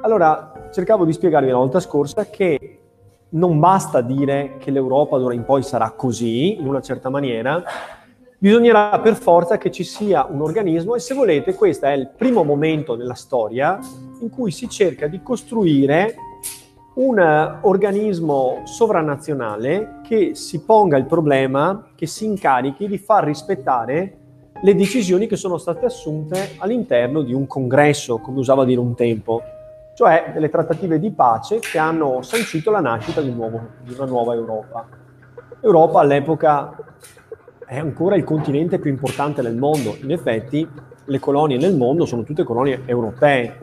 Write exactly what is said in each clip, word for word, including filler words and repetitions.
Allora, cercavo di spiegarvi la volta scorsa che non basta dire che l'Europa d'ora in poi sarà così, in una certa maniera, bisognerà per forza che ci sia un organismo, e se volete questo è il primo momento nella storia in cui si cerca di costruire un organismo sovranazionale che si ponga il problema, che si incarichi di far rispettare le decisioni che sono state assunte all'interno di un congresso, come usava dire un tempo, cioè delle trattative di pace che hanno sancito la nascita di, un nuovo, di una nuova Europa. L'Europa all'epoca è ancora il continente più importante del mondo, in effetti le colonie nel mondo sono tutte colonie europee.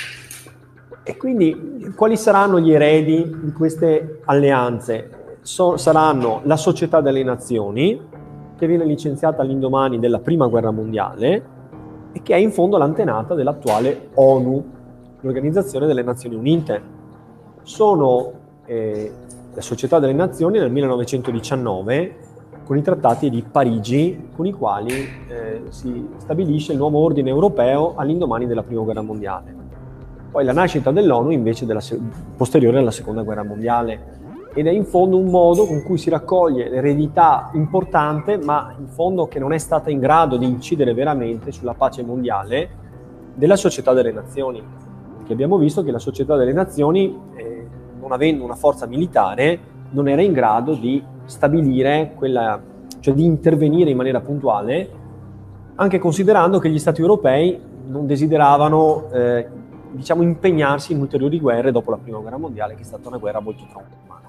E quindi quali saranno gli eredi di queste alleanze? So, saranno la Società delle Nazioni, che viene licenziata all'indomani della Prima Guerra Mondiale e che è in fondo l'antenata dell'attuale ONU, l'Organizzazione delle Nazioni Unite. Sono eh, la Società delle Nazioni nel millenovecentodiciannove con i trattati di Parigi, con i quali eh, si stabilisce il nuovo ordine europeo all'indomani della Prima Guerra Mondiale. Poi la nascita dell'ONU invece della posteriore alla Seconda Guerra Mondiale, ed è in fondo un modo con cui si raccoglie l'eredità importante, ma in fondo che non è stata in grado di incidere veramente sulla pace mondiale, della Società delle Nazioni. Perché abbiamo visto che la Società delle Nazioni, eh, non avendo una forza militare, non era in grado di stabilire quella, cioè di intervenire in maniera puntuale, anche considerando che gli Stati europei non desideravano eh, diciamo impegnarsi in ulteriori guerre dopo la Prima Guerra Mondiale, che è stata una guerra molto traumata.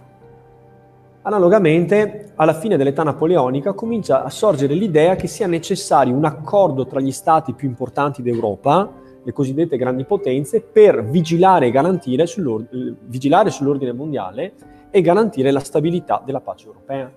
Analogamente, alla fine dell'età napoleonica comincia a sorgere l'idea che sia necessario un accordo tra gli stati più importanti d'Europa, le cosiddette grandi potenze, per vigilare e garantire sull'ordine, vigilare sull'ordine mondiale e garantire la stabilità della pace europea.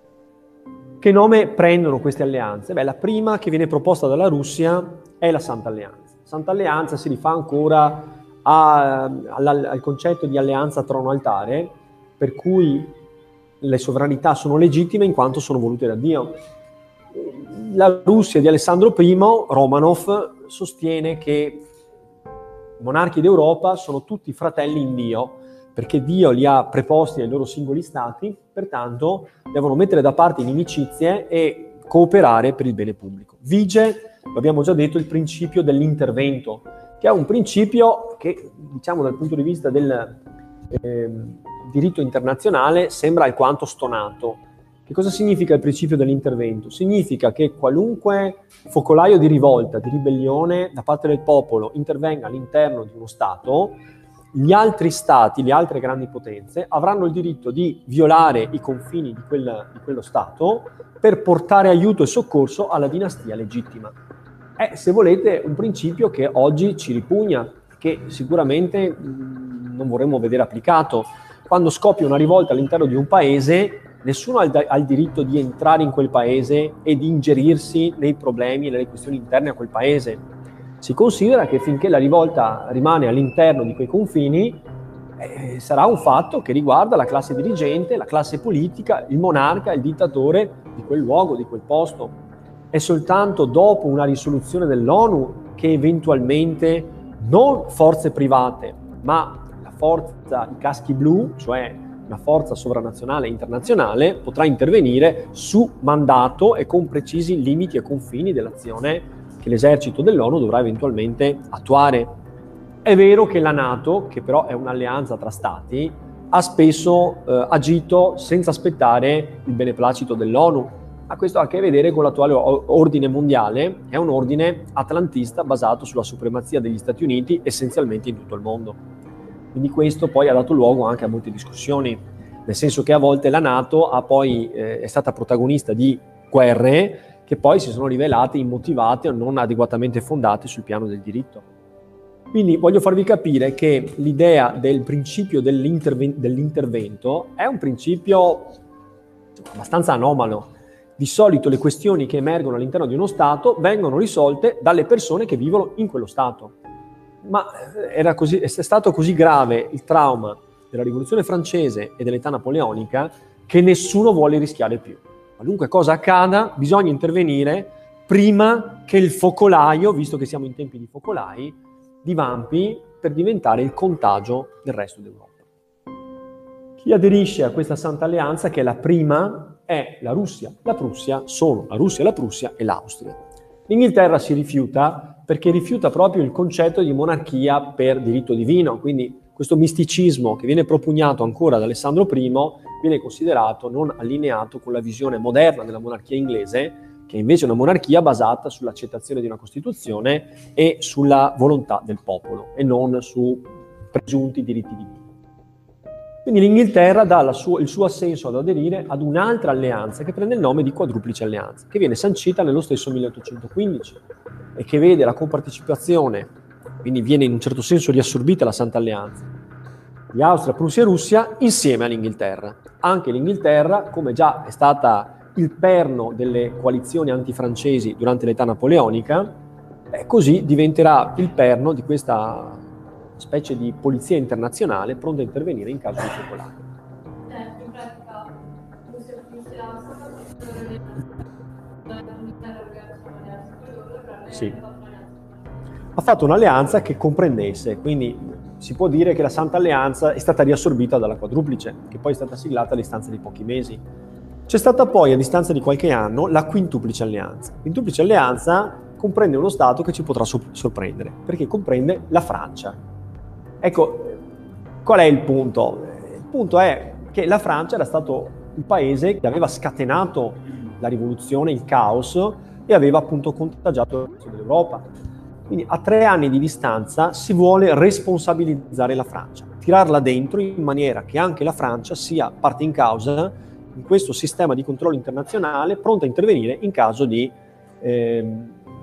Che nome prendono queste alleanze? Beh, la prima che viene proposta dalla Russia è la Santa Alleanza. Santa Alleanza si rifà ancora a, al, al concetto di alleanza trono-altare, per cui le sovranità sono legittime in quanto sono volute da Dio. La Russia di Alessandro primo, Romanov, sostiene che i monarchi d'Europa sono tutti fratelli in Dio, perché Dio li ha preposti ai loro singoli stati, pertanto devono mettere da parte inimicizie e cooperare per il bene pubblico. Vige, lo abbiamo già detto, il principio dell'intervento, che è un principio che, diciamo, dal punto di vista del eh, diritto internazionale sembra alquanto stonato. Che cosa significa il principio dell'intervento? Significa che qualunque focolaio di rivolta, di ribellione da parte del popolo intervenga all'interno di uno Stato, gli altri Stati, le altre grandi potenze, avranno il diritto di violare i confini di, quel, di quello Stato per portare aiuto e soccorso alla dinastia legittima. È, se volete, un principio che oggi ci ripugna, che sicuramente mh, non vorremmo vedere applicato. Quando scoppia una rivolta all'interno di un paese, nessuno ha il, ha il diritto di entrare in quel paese e di ingerirsi nei problemi e nelle questioni interne a quel paese. Si considera che finché la rivolta rimane all'interno di quei confini, eh, sarà un fatto che riguarda la classe dirigente, la classe politica, il monarca, il dittatore di quel luogo, di quel posto. È soltanto dopo una risoluzione dell'ONU che eventualmente non forze private, ma la forza, i caschi blu, cioè una forza sovranazionale internazionale, potrà intervenire su mandato e con precisi limiti e confini dell'azione che l'esercito dell'ONU dovrà eventualmente attuare. È vero che la NATO, che però è un'alleanza tra stati, ha spesso eh, agito senza aspettare il beneplacito dell'ONU, ma questo ha a che vedere con l'attuale ordine mondiale, che è un ordine atlantista basato sulla supremazia degli Stati Uniti essenzialmente in tutto il mondo. Quindi questo poi ha dato luogo anche a molte discussioni, nel senso che a volte la NATO ha poi, eh, è stata protagonista di guerre che poi si sono rivelate immotivate o non adeguatamente fondate sul piano del diritto. Quindi voglio farvi capire che l'idea del principio dell'interven- dell'intervento è un principio abbastanza anomalo. Di solito le questioni che emergono all'interno di uno Stato vengono risolte dalle persone che vivono in quello Stato. Ma era così, è stato così grave il trauma della Rivoluzione francese e dell'età napoleonica che nessuno vuole rischiare più. Qualunque cosa accada, bisogna intervenire prima che il focolaio, visto che siamo in tempi di focolai, divampi per diventare il contagio del resto d'Europa. Chi aderisce a questa Santa Alleanza, che è la prima, è la Russia, la Prussia, solo la Russia, la Prussia e l'Austria. L'Inghilterra si rifiuta perché rifiuta proprio il concetto di monarchia per diritto divino, quindi questo misticismo che viene propugnato ancora da Alessandro primo viene considerato non allineato con la visione moderna della monarchia inglese, che invece è una monarchia basata sull'accettazione di una Costituzione e sulla volontà del popolo e non su presunti diritti divini. Quindi l'Inghilterra dà la suo, il suo assenso ad aderire ad un'altra alleanza che prende il nome di Quadruplice Alleanza, che viene sancita nello stesso milleottocentoquindici e che vede la compartecipazione, quindi viene in un certo senso riassorbita la Santa Alleanza, di Austria, Prussia e Russia insieme all'Inghilterra. Anche l'Inghilterra, come già è stata il perno delle coalizioni antifrancesi durante l'età napoleonica, eh, così diventerà il perno di questa specie di polizia internazionale pronta a intervenire in caso di focolaio. Eh, in pratica, Russia e Prussia sì. Ha fatto un'alleanza che comprendesse, quindi si può dire che la Santa Alleanza è stata riassorbita dalla Quadruplice, che poi è stata siglata a distanza di pochi mesi. C'è stata poi, a distanza di qualche anno, la Quintuplice Alleanza. La Quintuplice Alleanza comprende uno Stato che ci potrà sorprendere, perché comprende la Francia. Ecco, qual è il punto? Il punto è che la Francia era stato il paese che aveva scatenato la rivoluzione, il caos, e aveva appunto contagiato il resto dell'Europa. Quindi a tre anni di distanza si vuole responsabilizzare la Francia, tirarla dentro in maniera che anche la Francia sia parte in causa in questo sistema di controllo internazionale, pronta a intervenire in caso di eh,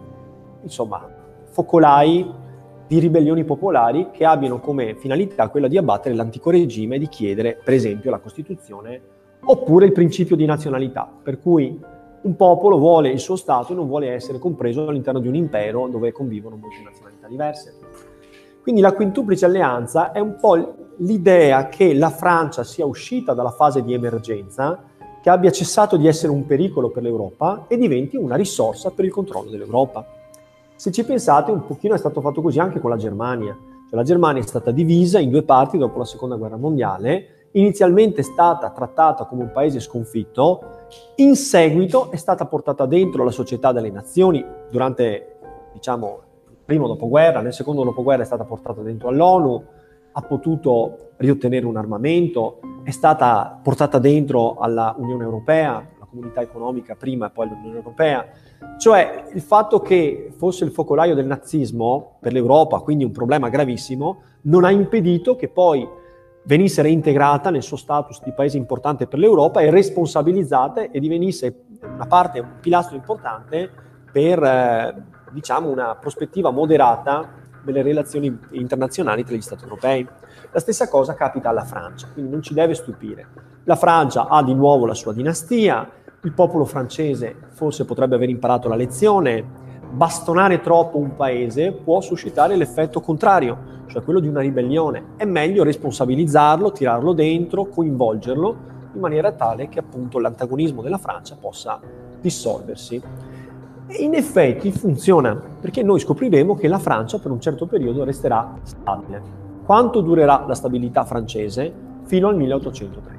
insomma, focolai di ribellioni popolari che abbiano come finalità quella di abbattere l'antico regime e di chiedere, per esempio, la Costituzione oppure il principio di nazionalità, per cui un popolo vuole il suo Stato e non vuole essere compreso all'interno di un impero dove convivono molte nazionalità diverse. Quindi la Quintuplice Alleanza è un po' l'idea che la Francia sia uscita dalla fase di emergenza, che abbia cessato di essere un pericolo per l'Europa e diventi una risorsa per il controllo dell'Europa. Se ci pensate, un pochino è stato fatto così anche con la Germania. Cioè, la Germania è stata divisa in due parti dopo la Seconda Guerra Mondiale, inizialmente è stata trattata come un paese sconfitto, in seguito è stata portata dentro la Società delle Nazioni durante, diciamo, il primo dopoguerra, nel secondo dopoguerra è stata portata dentro all'ONU, ha potuto riottenere un armamento, è stata portata dentro alla Unione Europea, la Comunità Economica prima e poi l'Unione Europea. Cioè il fatto che fosse il focolaio del nazismo per l'Europa, quindi un problema gravissimo, non ha impedito che poi venisse reintegrata nel suo status di paese importante per l'Europa e responsabilizzata e divenisse una parte, un pilastro importante per, eh, diciamo, una prospettiva moderata delle relazioni internazionali tra gli Stati europei. La stessa cosa capita alla Francia, quindi non ci deve stupire. La Francia ha di nuovo la sua dinastia, il popolo francese forse potrebbe aver imparato la lezione. Bastonare troppo un paese può suscitare l'effetto contrario, cioè quello di una ribellione. È meglio responsabilizzarlo, tirarlo dentro, coinvolgerlo, in maniera tale che appunto l'antagonismo della Francia possa dissolversi. E in effetti funziona, perché noi scopriremo che la Francia per un certo periodo resterà stabile. Quanto durerà la stabilità francese? Fino al milleottocentotrenta.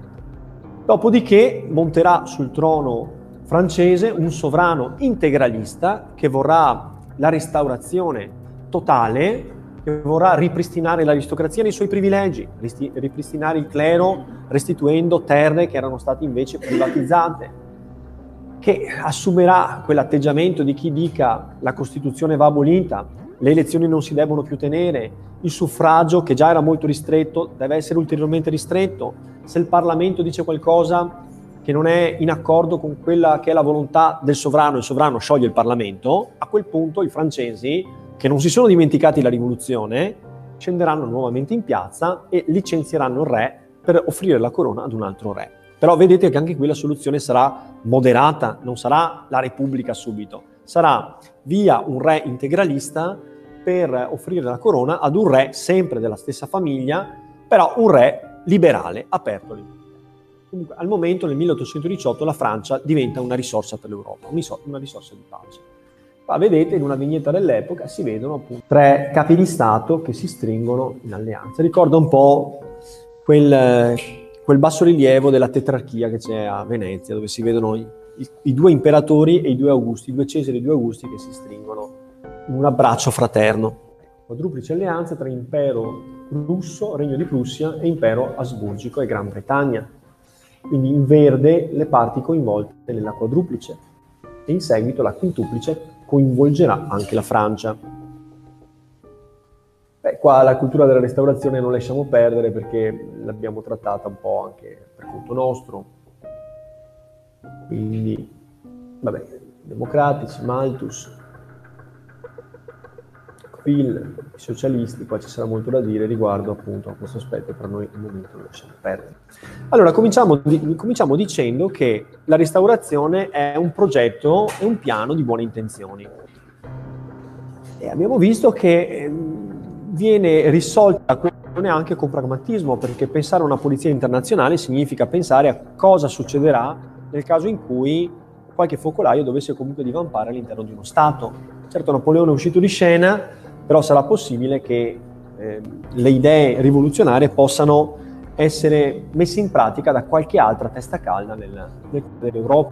Dopodiché monterà sul trono francese un sovrano integralista che vorrà la restaurazione totale, che vorrà ripristinare l'aristocrazia nei suoi privilegi, ripristinare il clero restituendo terre che erano state invece privatizzate, che assumerà quell'atteggiamento di chi dica la Costituzione va abolita, le elezioni non si devono più tenere, il suffragio che già era molto ristretto deve essere ulteriormente ristretto, se il Parlamento dice qualcosa che non è in accordo con quella che è la volontà del sovrano, il sovrano scioglie il Parlamento, a quel punto i francesi, che non si sono dimenticati la rivoluzione, scenderanno nuovamente in piazza e licenzieranno il re per offrire la corona ad un altro re. Però vedete che anche qui la soluzione sarà moderata, non sarà la Repubblica subito, sarà via un re integralista per offrire la corona ad un re sempre della stessa famiglia, però un re liberale, aperto all'Europa. Comunque, al momento, nel milleottocentodiciotto, la Francia diventa una risorsa per l'Europa, una risorsa di pace. Qua vedete, in una vignetta dell'epoca si vedono appunto tre capi di Stato che si stringono in alleanza. Ricorda un po' quel, quel bassorilievo della tetrarchia che c'è a Venezia, dove si vedono i, i, i due imperatori e i due Augusti, i due Cesari e i due Augusti che si stringono in un abbraccio fraterno. Quadruplice alleanza tra impero russo, regno di Prussia, e impero asburgico e Gran Bretagna. Quindi in verde le parti coinvolte nella quadruplice, e in seguito la quintuplice coinvolgerà anche la Francia. Beh, qua la cultura della restaurazione non lasciamo perdere perché l'abbiamo trattata un po' anche per conto nostro. Quindi, vabbè, democratici, Malthus, Phil, i socialisti, qua ci sarà molto da dire riguardo appunto a questo aspetto, per noi al momento lo lasciamo perdere. Allora, cominciamo, di, cominciamo dicendo che la restaurazione è un progetto, è un piano di buone intenzioni. E abbiamo visto che eh, viene risolta la questione anche con pragmatismo, perché pensare a una polizia internazionale significa pensare a cosa succederà nel caso in cui qualche focolaio dovesse comunque divampare all'interno di uno Stato. Certo, Napoleone è uscito di scena, però sarà possibile che eh, le idee rivoluzionarie possano essere messe in pratica da qualche altra testa calda nel, nel, dell'Europa.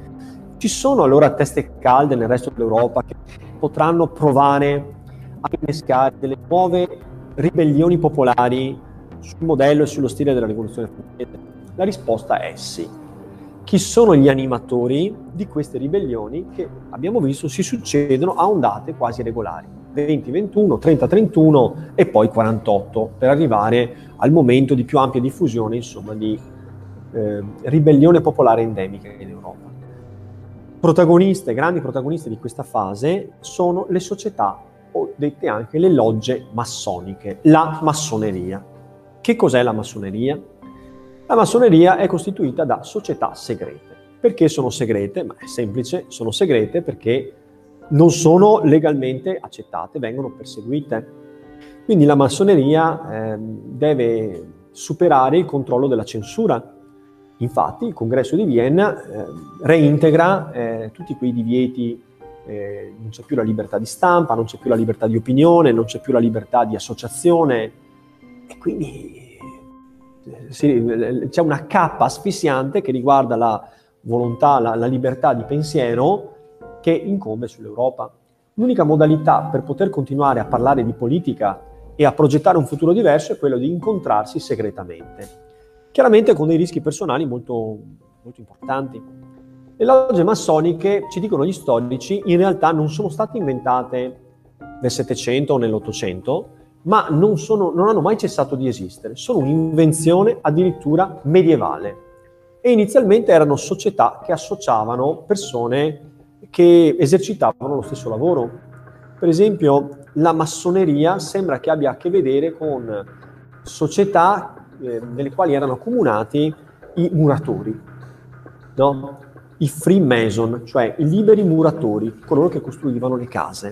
Ci sono allora teste calde nel resto dell'Europa che potranno provare a innescare delle nuove ribellioni popolari sul modello e sullo stile della rivoluzione francese? La risposta è sì. Chi sono gli animatori di queste ribellioni che abbiamo visto si succedono a ondate quasi regolari? venti ventuno, trenta trentuno e poi quarantotto, per arrivare al momento di più ampia diffusione, insomma, di eh, ribellione popolare endemica in Europa. Protagoniste, grandi protagoniste di questa fase sono le società, o dette anche le logge massoniche, la massoneria. Che cos'è la massoneria? La massoneria è costituita da società segrete. Perché sono segrete? Ma è semplice, sono segrete perché non sono legalmente accettate, vengono perseguite. Quindi la massoneria eh, deve superare il controllo della censura. Infatti il Congresso di Vienna eh, reintegra eh, tutti quei divieti, eh, non c'è più la libertà di stampa, non c'è più la libertà di opinione, non c'è più la libertà di associazione, e quindi eh, sì, c'è una cappa asfissiante che riguarda la volontà, la, la libertà di pensiero che incombe sull'Europa. L'unica modalità per poter continuare a parlare di politica e a progettare un futuro diverso è quello di incontrarsi segretamente, chiaramente con dei rischi personali molto, molto importanti. Le logge massoniche, ci dicono gli storici, in realtà non sono state inventate nel Settecento o nell'Ottocento, ma non, sono, non hanno mai cessato di esistere. Sono un'invenzione addirittura medievale. E inizialmente erano società che associavano persone che esercitavano lo stesso lavoro. Per esempio, la massoneria sembra che abbia a che vedere con società eh, nelle quali erano accomunati i muratori, no? I Freemason, cioè i liberi muratori, coloro che costruivano le case.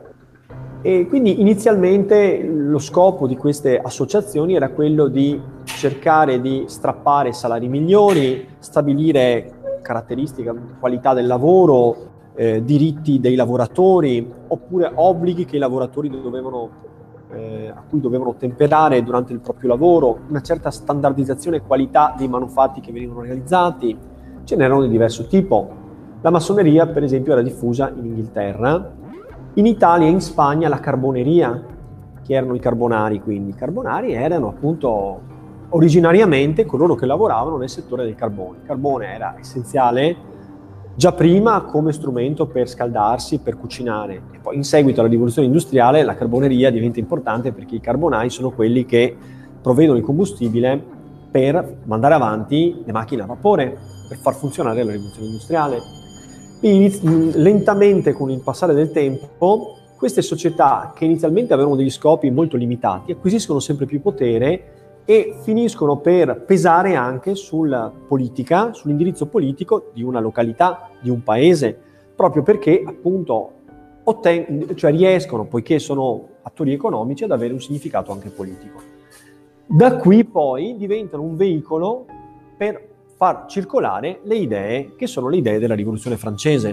E quindi inizialmente lo scopo di queste associazioni era quello di cercare di strappare salari migliori, stabilire caratteristiche, qualità del lavoro, eh, diritti dei lavoratori, oppure obblighi che i lavoratori dovevano, eh, a cui dovevano ottemperare durante il proprio lavoro, una certa standardizzazione e qualità dei manufatti che venivano realizzati. Ce n'erano di diverso tipo. La massoneria, per esempio, era diffusa in Inghilterra, in Italia e in Spagna la carboneria, che erano i carbonari, quindi. I carbonari erano appunto originariamente coloro che lavoravano nel settore del carbone. Il carbone era essenziale già prima come strumento per scaldarsi, per cucinare, e poi in seguito alla rivoluzione industriale la carboneria diventa importante perché i carbonai sono quelli che provvedono il combustibile per mandare avanti le macchine a vapore, per far funzionare la rivoluzione industriale. Quindi lentamente, con il passare del tempo, queste società che inizialmente avevano degli scopi molto limitati acquisiscono sempre più potere e finiscono per pesare anche sulla politica, sull'indirizzo politico di una località, di un paese, proprio perché appunto otten- cioè riescono, poiché sono attori economici, ad avere un significato anche politico. Da qui poi diventano un veicolo per far circolare le idee che sono le idee della rivoluzione francese.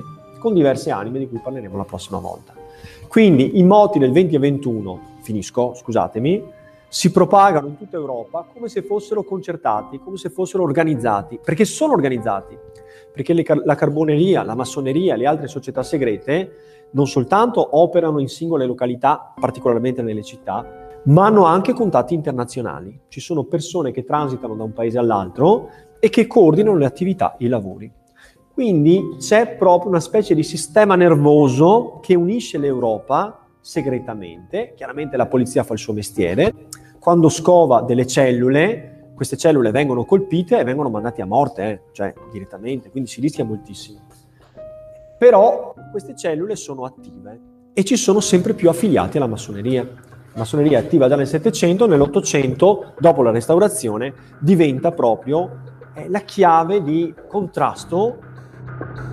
con diverse anime di cui parleremo la prossima volta. Quindi i moti del venti e ventuno, finisco, scusatemi, si propagano in tutta Europa come se fossero concertati, come se fossero organizzati, perché sono organizzati, perché le, la carboneria, la massoneria e le altre società segrete non soltanto operano in singole località, particolarmente nelle città, ma hanno anche contatti internazionali. Ci sono persone che transitano da un paese all'altro e che coordinano le attività, i lavori. Quindi c'è proprio una specie di sistema nervoso che unisce l'Europa segretamente. Chiaramente la polizia fa il suo mestiere. Quando scova delle cellule, queste cellule vengono colpite e vengono mandate a morte, eh, cioè direttamente, quindi si rischia moltissimo. Però queste cellule sono attive e ci sono sempre più affiliati alla massoneria. La massoneria è attiva già nel Settecento, nell'Ottocento, dopo la Restaurazione, diventa proprio eh, la chiave di contrasto